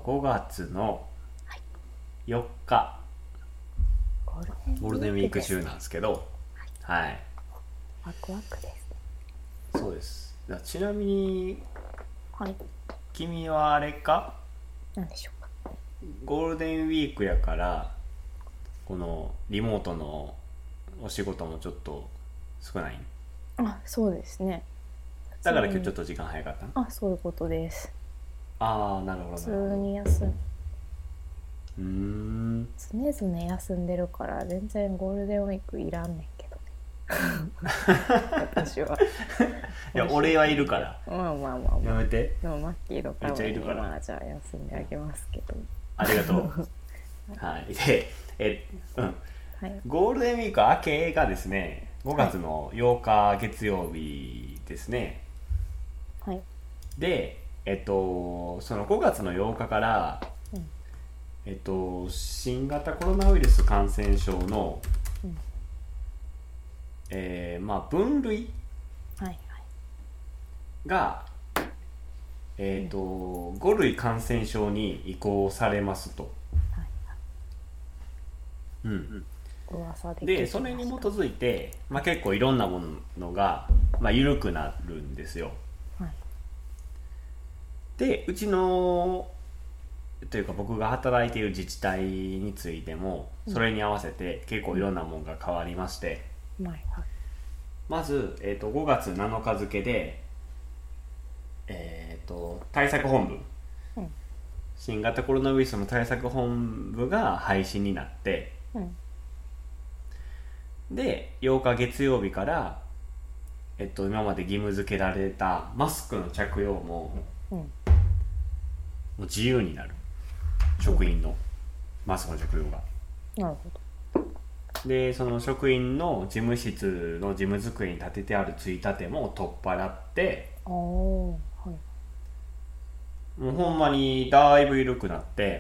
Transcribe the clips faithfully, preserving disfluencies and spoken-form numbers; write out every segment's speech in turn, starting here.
ごがつのよっか、 はい、 ゴールデンウィーク中なんですけど、はい、はい、 ワクワクです。 そうです。ちなみに、 はい、 君はあれか？ 何でしょうか。 ゴールデンウィークやからこのリモートのお仕事もちょっと少ない？ あ、そうですね。 だから今日ちょっと時間早かったの？ あ、そういうことです。 ああ、なるほど。 普通に休んうーん常々休んでるから全然ゴールデンウィークいらんねんけど私はいや俺はいるからまあまあまあ、まあ、 やめて。 でもマッキーのためにまあじゃあ休んであげますけど、 ありがとうはいでえうん、はい、ゴールデンウィーク明けがですねごがつのようか月曜日ですね。 はい。 でえっとそのごがつのようかから、 うん、 えっと新型コロナウイルス感染症の、うん、えー、まあ分類が、えっと、うん、ごるい感染症に移行されますと。はいはい、うん。噂ででそれに基づいて、まあ、結構いろんなものが、まあ、緩くなるんですよ。はい、でうちのというか僕が働いている自治体についてもそれに合わせて結構いろんなものが変わりまして、うんはいはい、まず、えー、とごがつなのか付で、えー、と対策本部、うん、新型コロナウイルスの対策本部が廃止になって、うんでようか月曜日から、えっと、今まで義務付けられたマスクの着用も、うん、もう自由になる。職員のマスクの着用が。なるほど。でその職員の事務室の事務机に立ててあるついたても取っ払って、はい、もうほんまにだいぶ緩くなって、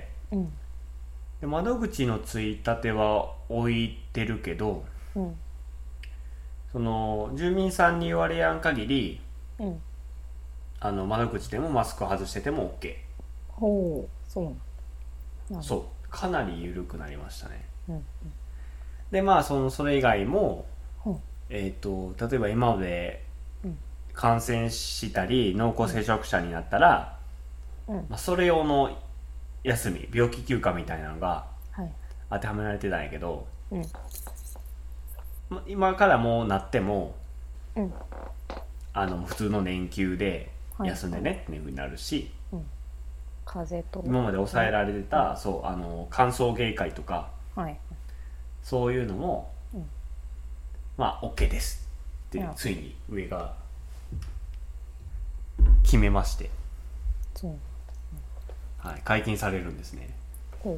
うん、で窓口のついたては置いてるけど、うん、その住民さんに言われやん限り、うん、あの窓口でもマスク外してても OK。 ほう、そうなんだ。そうかなり緩くなりましたね、うんうん、でまあそのそれ以外も、うん、えーと例えば今まで感染したり濃厚接触者になったら、うんまあ、それ用の休み病気休暇みたいなのが当てはめられてたんやけど、うん今からもうなっても、うん、あの普通の年休で休んでねっていう風になるし、はいはいうん、風邪と今まで抑えられてた、うん、そうあの歓送迎会とか、はい、そういうのも、うん、まあ OK ですってついに上が決めまして、そう、うんはい、解禁されるんですね。ほう、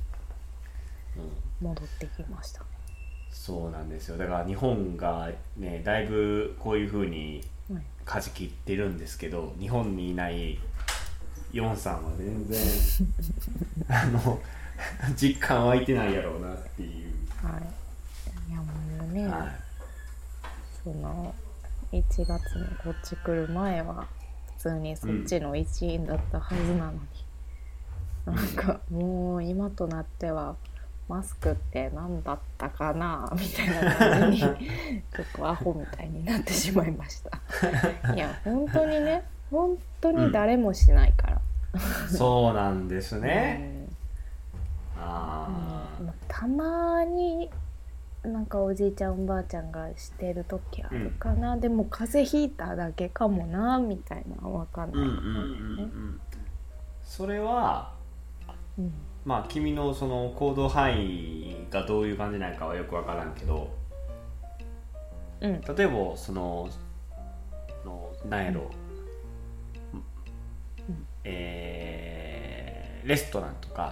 うん、戻ってきましたね。そうなんですよ。だから日本がねだいぶこういう風に舵切ってるんですけど、日本にいないヨンさんは全然あの実感湧いてないやろうなっていう。はい。いやもうね、はい、そのいちがつにこっち来る前は普通にそっちの一員だったはずなのに、うん、なんかもう今となってはマスクって何だったかなみたいな感じにちょっとアホみたいになってしまいましたいや本当にね本当に誰もしないから、うん、そうなんですね、うん、あ、うん、たまになんかおじいちゃんおばあちゃんがしてる時あるかな、うん、でも風邪ひいただけかもなみたいな分かんない、うんうんうんうん、それは、うんまあ君のその行動範囲がどういう感じなのかはよく分からんけど、うん、例えばそののなんやろ、うんえー、レストランとか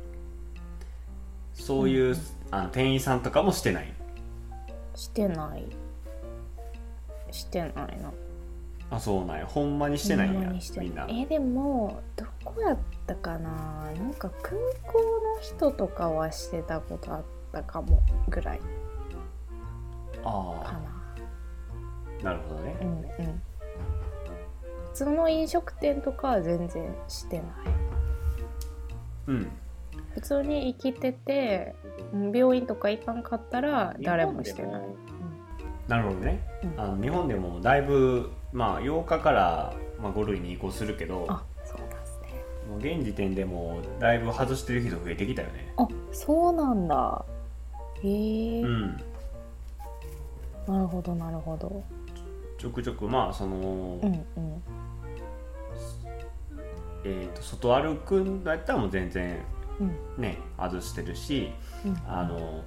そういう、うん、あの店員さんとかもしてない？してないしてないな。あ、そうなんや。ほんまにしてないんやみんな。えでもどこやったかな、なんか空港の人とかはしてたことあったかもぐらいあかな。なるほどね。うんうん。普通の飲食店とかは全然してない。 うん普通に生きてて病院とか行かんかったら誰もしてない。 なるほどね、 うん、 あの日本でもだいぶ、まあ、ようかから、まあ、ご類に移行するけど、 あ、そうなんですね。 もう現時点でもだいぶ外してる人増えてきたよね。 あ、そうなんだ。へえ、 うん、 なるほどなるほど。 ちょくちょくまあその、 うんうん、 えー、と外歩くんだったらもう全然うんね外してるし、 うん、 あの、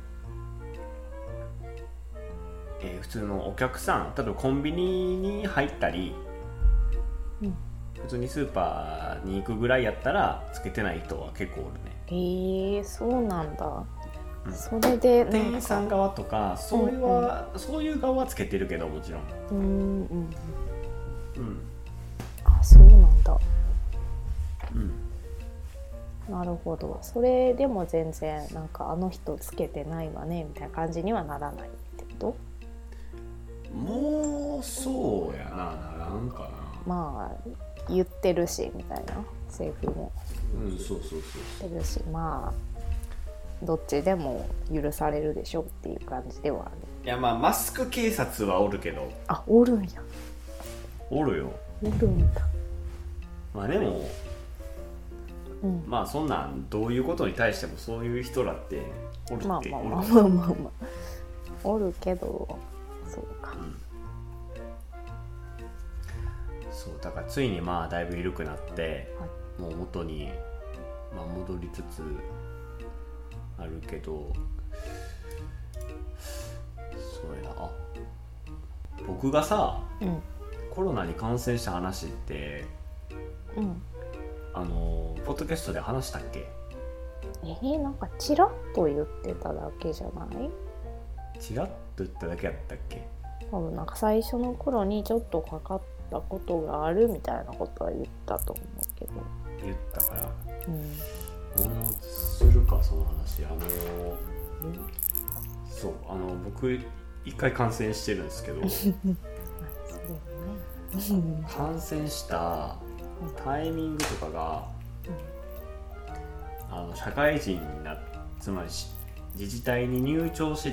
えー普通のお客さん、例えばコンビニに入ったり、 うん、 普通にスーパーに行くぐらいやったらつけてない人は結構おるね。 へえ、そうなんだ。 うん、 それでなんか店員さん側とかそういうは、うんうん、そういう側はつけてるけどもちろん。 うんうん、 うん、 あ、そうなんだ。 うん、 なるほど。それでも全然なんかあの人つけてないわねみたいな感じにはならないってこと？ もうそうやな、ならんかな。 まあ言ってるしみたいな、政府もうん、そうそうそう言ってるし、まあどっちでも許されるでしょっていう感じではある。 いや、まあマスク警察はおるけど。 あ、おるんや。 おるよ。 おるんだ。 まあでも、 うん、 まあそんなんどういうことに対してもそういう人らっておるって、 まあまあまあまあまあまあおるけど、そうか、うん、 そうだからついにまあだいぶ緩くなって、 はい、 もう元に、まあ、戻りつつあるけど、そうやなあ、僕がさ、うん、コロナに感染した話って、うん、あのポッドキャストで話したっけ？ えー、なんかチラッと言ってただけじゃない？ チラッと言っただけやったっけ？ 多分なんか最初の頃にちょっとかかったことがあるみたいなことは言ったと思うけど。 言ったから。 うん。 もうするかその話。あのー、そうあの僕一回感染してるんですけど。感染したタイミングとかが、うん、あの社会人になっつまり自治体に入庁して、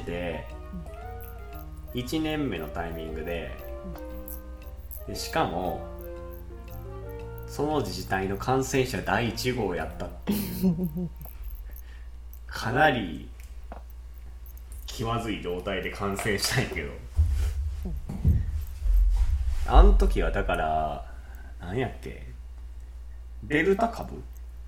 うん、いちねんめのタイミングで、うん、でしかもその自治体の感染者だいいち号やったっていうかなり気まずい状態で感染したんやけど、あの時はだから何やっけ、デルタ株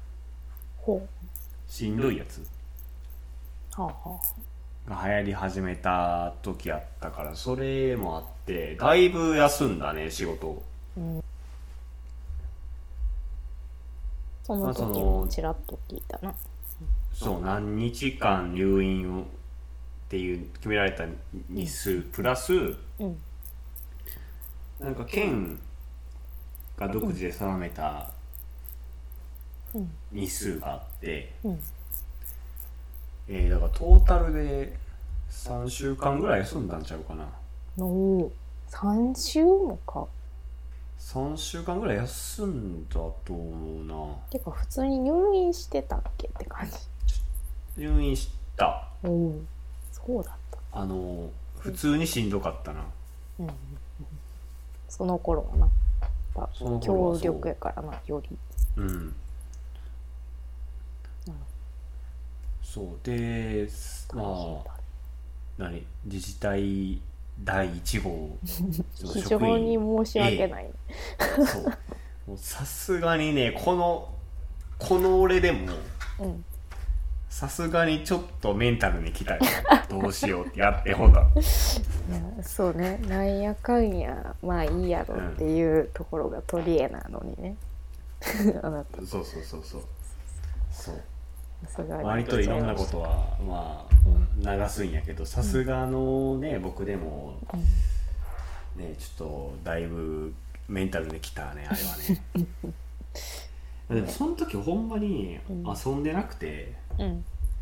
しんどいやつが流行り始めた時やったから、それもあってだいぶ休んだね仕事、うん、 その時もちらっと聞いたな、まあ、 そ, そう何日間入院をっていう決められた日数プラス、うん、なんか県が独自で定めた日数があって、うんうん、えー、だからトータルでさんしゅうかんぐらい休んだんちゃうかな。 おさん週もか。 さんしゅうかんぐらい休んだと思うな。 てか普通に入院してたっけって感じ。 入院した。 おお、そうだった。 あの普通にしんどかったな、うんうんうん、 その頃はな、強力やからな、より。うん、うん、 そうで、まあ何自治体だいいち号非常に申し訳ない、 えー、そうさすがにね、このこの俺でもさすがにちょっとメンタルにきたよどうしようってやってほんだ。いやそうね、なんやかんやまあいいやろっていうところが取り柄なのにね、うん、あなたそうそうそうそうそうそう割といろんなことはまあ流すんやけど、さすがのね僕でもねちょっとだいぶメンタルできたねあれはねでもその時ほんまに遊んでなくて、うん、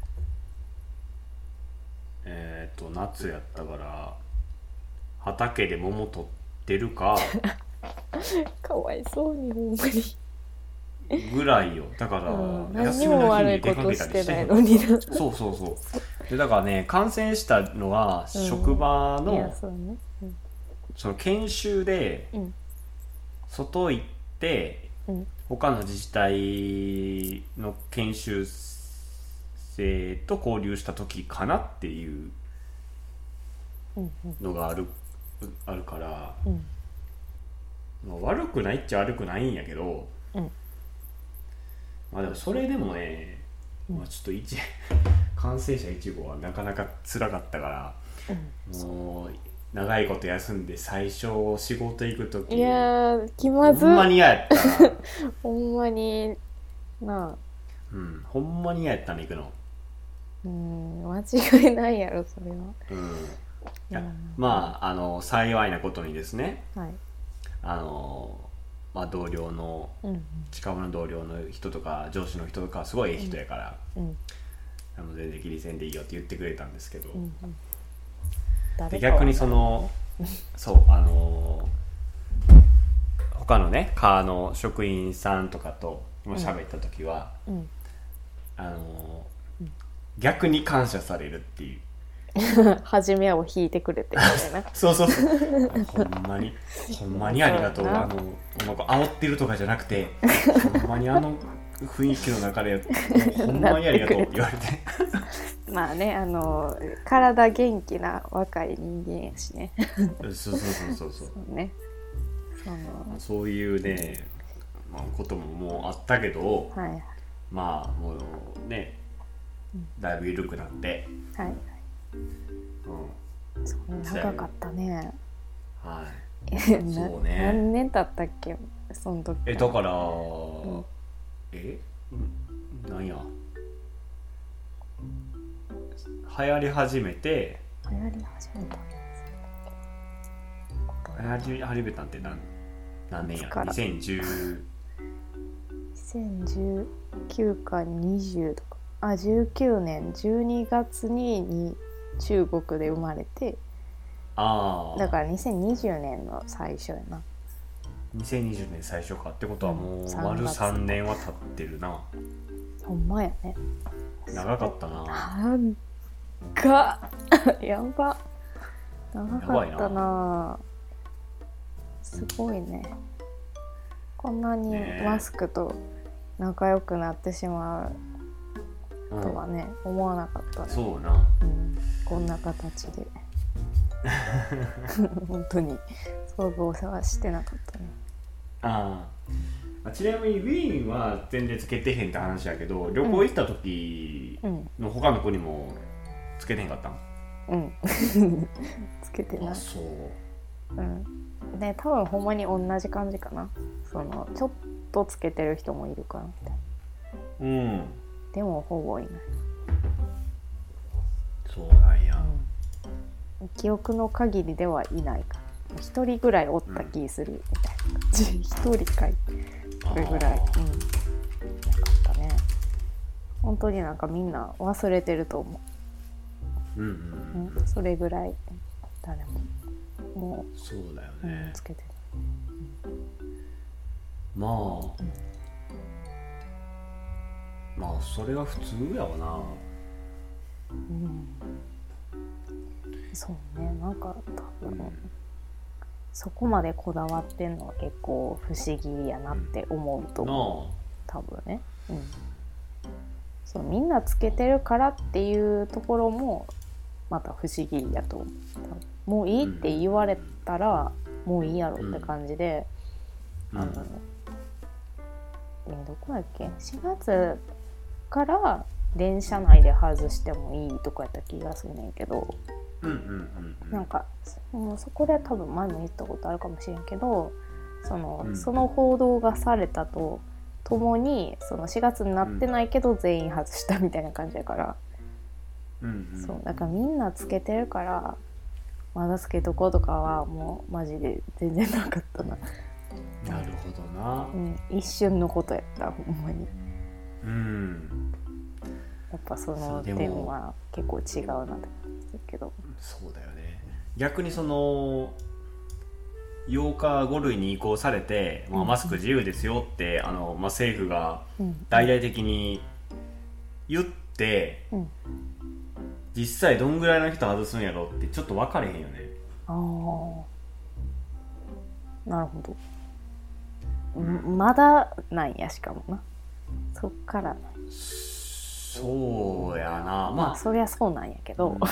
えっと夏やったから畑で桃取ってるかかわいそうにほんまにぐらいよ。だから、 うん、 休何にもみの日に悪いこと出かけたりしてないしてへんかった。 のにな。 そうそうそうでだからね、感染したのはうん職場いやの、 そうね。うんその研修でうん外行ってうん他の自治体の研修生と交流した時かなっていううんのがあるあるから、 うんまあ、悪くないっちゃ悪くないんやけど、 うんまあでもそれでもね、 うんまあ、ちょっと一感染者いち号はなかなか辛かったから、 うんもう長いこと休んで最初仕事行く時いやー気まずほんまに嫌やったなほんまになあうんほんまに嫌やったね行くの。 うん間違いないやろそれは。 うんいやうんまああの幸いなことにですね、 はい。 あのまあ同僚のうん近場の同僚の人とか上司の人とかすごいいい人やから、 うんあの全然気にせんでいいよって言ってくれたんですけど、 うんうんで逆にそのそうあの他のね課の職員さんとかとも喋った時は、 うんあの逆に感謝されるっていう初めを引いてくれてみたいな。 そうそうそうほんまにほんまにありがとうそうやなあのなんか煽ってるとかじゃなくてほんまにあの雰囲気の中でほんまにありがとうって言われてまあねあの体元気な若い人間やしね。 そうそうそうそうそうそうね。そのそういうね、まあ、ことももうあったけど、 はいまあもうねだいぶ緩くなって、 はい。 うん、 そう長かったね。 はいなそうね何年経ったっけその時。 えだから、 んえなんや流行り始めて流行り始めた。 流行り始めたんって何何年やいつからにせんじゅうにせんじゅうきゅうかにじゅうとかあじゅうきゅうねんじゅうにがつにに中国で生まれてああだからにせんにじゅうねんの最初やな。 にせんにじゅうねん最初かってことはもううん丸さんねんは経ってるな。 ほんまやね。 長かったな。 なんかやば長かったな。すごいね。こんなにマスクと仲良くなってしまうとはね、うん、思わなかったね。 そうな、 うん、こんな形で本当に想像はしてなかったね。 ああちなみにウィーンは全然つけてへんって話やけど旅行行った時の他の国もつけてへんかったん？ うんつけてない。 あそううんで多分ほんまに同じ感じかな。そのちょっとつけてる人もいるからみたいな。 うんでもほぼいない。 そうなんや、 うん、記憶の限りではいないから一人ぐらいおった気するみたいな感じ。一人かいそれぐらい、うん、なかったね。本当になんかみんな忘れてると思う、うんうんう、うん、それぐらい誰ももうそうだよう、 ね、 うん、つけてる、 うん、まあ、うん、まあそれが普通やわな。 うん、そうねなんか多分、うん、そこまでこだわってんのは結構不思議やなって思うと思う、うん、多分ね、うん、そうみんなつけてるからっていうところもまた不思議やと思う。もういいって言われたら、うん、もういいやろって感じで、うん、あの、うん、どこだっけしがつから電車内で外してもいいとかやった気がするねんけど、 うんうんうんうん、 なんかもうそこで多分前も言ったことあるかもしれんけどその、 うん、 その報道がされたとともにそのしがつになってないけど全員外したみたいな感じだから、 うんうん、 そうだからみんなつけてるからまだつけとこうとかはもうマジで全然なかったな。 なるほどな、 うん、一瞬のことやったほんまに。 うんやっぱその点は結構違うなって感じだけど。 そうだよね。逆にそのようかご類に移行されて、まあ、マスク自由ですよって、あの、まあ、政府が大々的に言って、うん、実際どんぐらいの人外すんやろってちょっと分かれへんよね。 ああ、なるほど。まだないや、しかもな。そっからそうやな。まあ、 まあそりゃそうなんやけど、うん、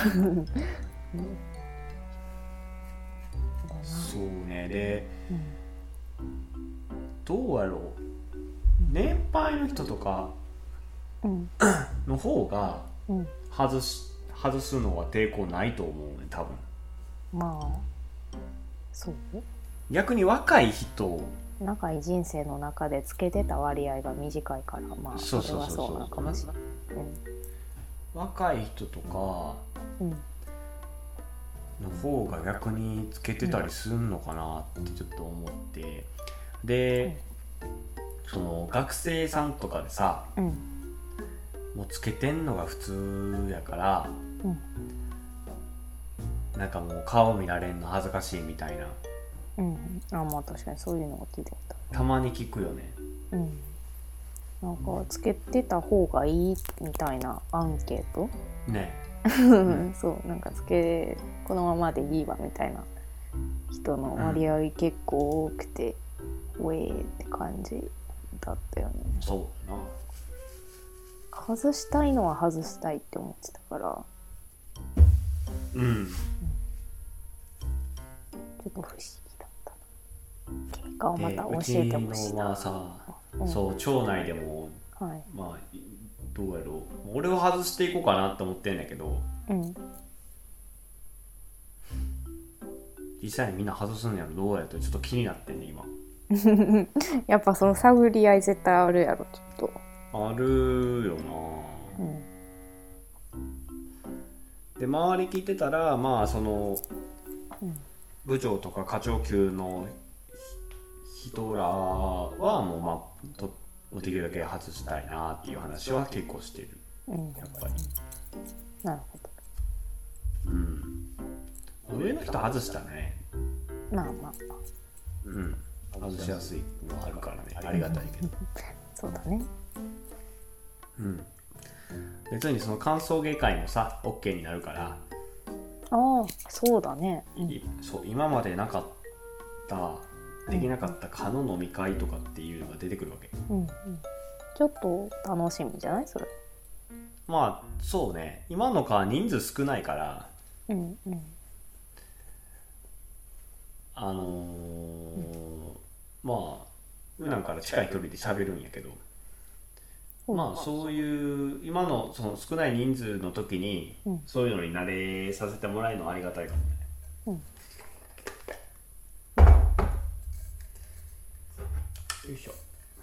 そうね。で、うん、どうやろう、年配の人とかの方が外し、外すのは抵抗ないと思うね、多分。 まあそう逆に若い人、 長い人生の中でつけてた割合が短いから、まあそれはそうなのかもしれない。 若い人とかの方が逆につけてたりするのかなってちょっと思って、で、その学生さんとかでさ、うん、もうつけてんのが普通やから、うん、なんかもう顔見られんの恥ずかしいみたいな、 うん、あ、まあ確かにそういうのが聞いてた。 たまに聞くよね。 うん、なんかつけてた方がいいみたいなアンケートね、 うん、そうなんかつけこのままでいいわみたいな人の割合結構多くて、うん、ウェーって感じだったよね。 そうな。 外したいのは外したいって思ってたから、 うん、うん、 ちょっと不思議だったな。経過をまた教えてほしいな。 うちのさ、うん、そう町内でも、はい、まあどうやろう、俺は外していこうかなって思ってんだけど、うん、実際にみんな外すんやろどうやとちょっと気になってんね今。 やっぱその探り合い絶対あるやろ、ちょっとあるよな、うん、で周り聞いてたら、まあその、うん、部長とか課長級の人らはもうまあとできるだけ外したいなっていう話は結構してる、うん、やっぱり。 なるほど。 うん。上の人外したね。 まあまあ。 うん。外しやすいのはあるからね。ありがたいけど。 そうだね。 うん。別にその歓送迎会もさ OK になるから。 ああ、そうだね。 うん、そう今までなかった。できなかった蚊の飲み会とかっていうのが出てくるわけ、うんうん、 ちょっと楽しみじゃないそれ。 まあそうね、今の蚊人数少ないから、うんうん、あのーうん、まあ普段から近い距離で喋るんやけど、うん、まあそういう今のその少ない人数の時に、うん、そういうのに慣れさせてもらえるのはありがたいかもね、うん、よいしょ。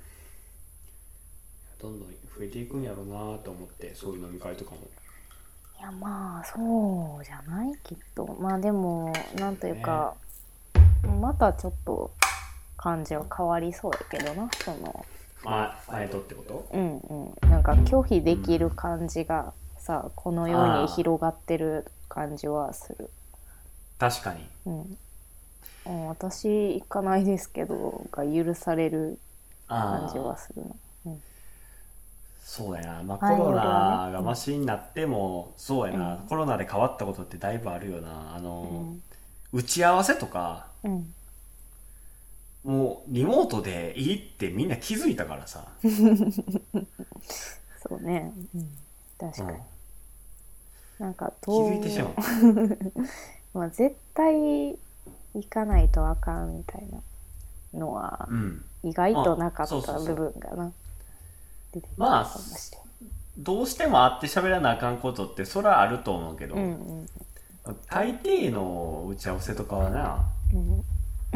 どんどん増えていくんやろうなと思って、そういう飲み会とかも。 いやまあそうじゃないきっと。まあでもなんというか、ね、またちょっと感じは変わりそうやけどな、そのまあ前とってこと？ うんうん。なんか拒否できる感じがさ、うん、この世に広がってる感じはする。 確かに。 うん。私行かないですけどが許される感じはするな、うん、 そうやな、まあ、コロナがマシになっても、うん、そうやな、うん、コロナで変わったことってだいぶあるよな。あの、うん、打ち合わせとか、うん、もうリモートでいいってみんな気づいたからさそうね、うん、確かに、うん、なんか気づいてしまうまあ絶対行かないとあかんみたいなのは意外となかった部分がな出てくるかもしれん。 どうしても会って喋らなあかんことってそれはあると思うけど、うんうん、大抵の打ち合わせとかはな、 うん、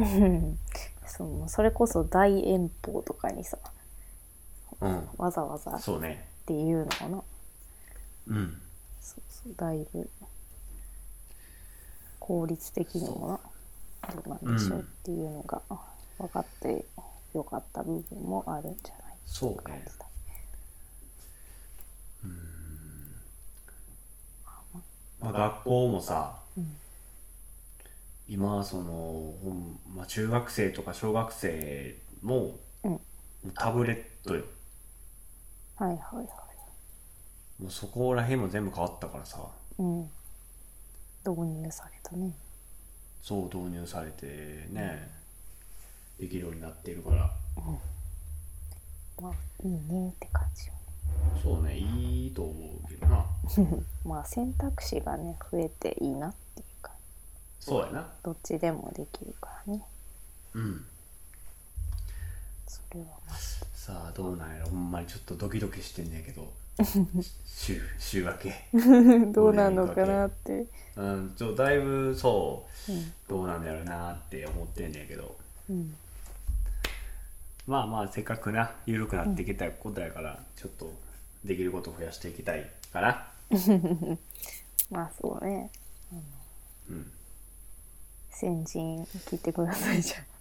そうそれこそ大遠方とかにさ、うん、わざわざっていうのかな、 うん、 そうそうだいぶ効率的にもなどうなんでしょうっていうのが分かってよかった部分もあるんじゃないか。 そうね。うん、まあ、学校もさ、うん、 今その、ほんまあ、中学生とか小学生も、 うん、 タブレットよ。 はいはいはい。 もうそこら辺も全部変わったからさ、 うん、導入されたね。 そう導入されてね、できるようになっているから、 うん、まあいいねって感じよね。 そうね、いいと思うけどなまあ選択肢がね増えていいなっていうか、 そうやな。 どっちでもできるからね。 うん。 それはマジで。 さあどうなんやろ、ほんまにちょっとドキドキしてんねんけど週週明けどうなんのかなって。 うん、ちょだいぶそう、 うん、 どうなんだろうなって思ってんねんけど、 うん、 まあまあせっかくな緩くなってきたことやから、うん、ちょっとできることを増やしていきたいかなまあそうね、あの、うん、先陣聞いてくださいじゃん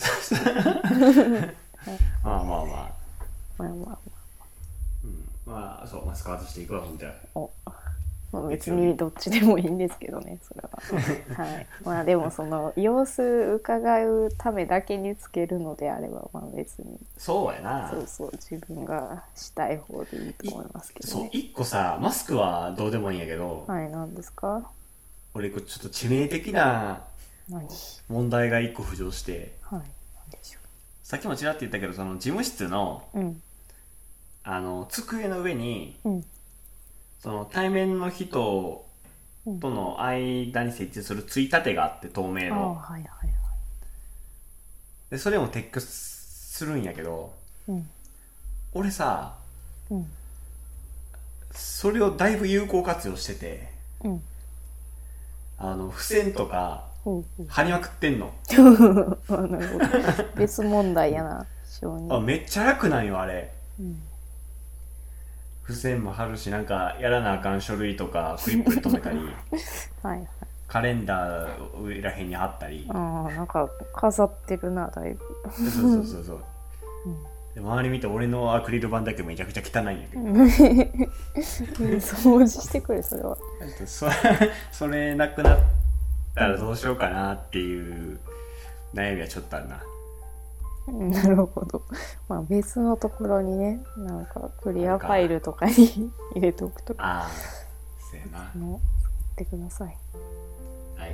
まあまあまあまあまあまあまあ、 うん、まあそうマスク外していくわほんとや。 お、まあ、別にどっちでもいいんですけどねそれははい。まあでもその様子伺うためだけにつけるのであればまあ別にそうやな、 そうそう自分がしたい方でいいと思いますけどね。 そう一個さマスクはどうでもいいんやけど、 はい、何ですか？ 俺ちょっと致命的な問題が一個浮上して、 はい、何でしょう。 さっきもちらっと言ったけどその事務室の、 うん、あの机の上に、 うん、 その対面の人との間に設置するついたてがあって透明の、 あ、はいはいはい、 でそれも撤去するんやけど、 うん、 俺さ、 うん、 それをだいぶ有効活用してて、 うん、 あの付箋とか貼りまくってんのなるほど別問題やな承認。 あめっちゃ楽なんよあれ、 うん、 付箋も貼るし、なんかやらなあかん書類とかクリップで留めたりはいはい、 カレンダー上らへんに貼ったり、 ああなんか飾ってるなだいぶそうそうそうそう、うん、で周り見て俺のアクリル板だけめちゃくちゃ汚いんやけど掃除してくれそれはそ, それなくなったらどうしようかなっていう悩みはちょっとあるな。 なるほど。まあ別のところにね、なんかクリアファイルとかに入れておくとか。 ああ、そうやな。 の作ってください。 はい。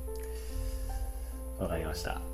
わかりました。はい、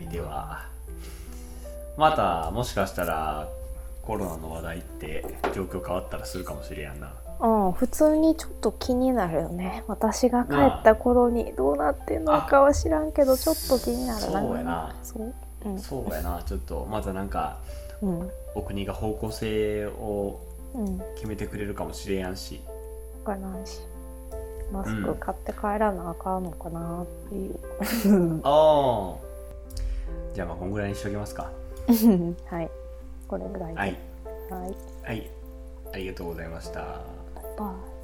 ではまたもしかしたらコロナの話題って状況変わったらするかもしれやんな。 ああ、普通にちょっと気になるよね。私が帰った頃にどうなってんのかは知らんけどちょっと気になるな。 そうやな。 そう、うん、 そうやな。ちょっとまたなんか、うん、お国が方向性を決めてくれるかもしれやんし。 わからんし。マスク買って帰らなあかんのかなっていう。うん、ああ。じゃあまあこんぐらいにしときますか。 はい。これぐらいで。 はい。 はい。 はい。ありがとうございました。 バイバイ。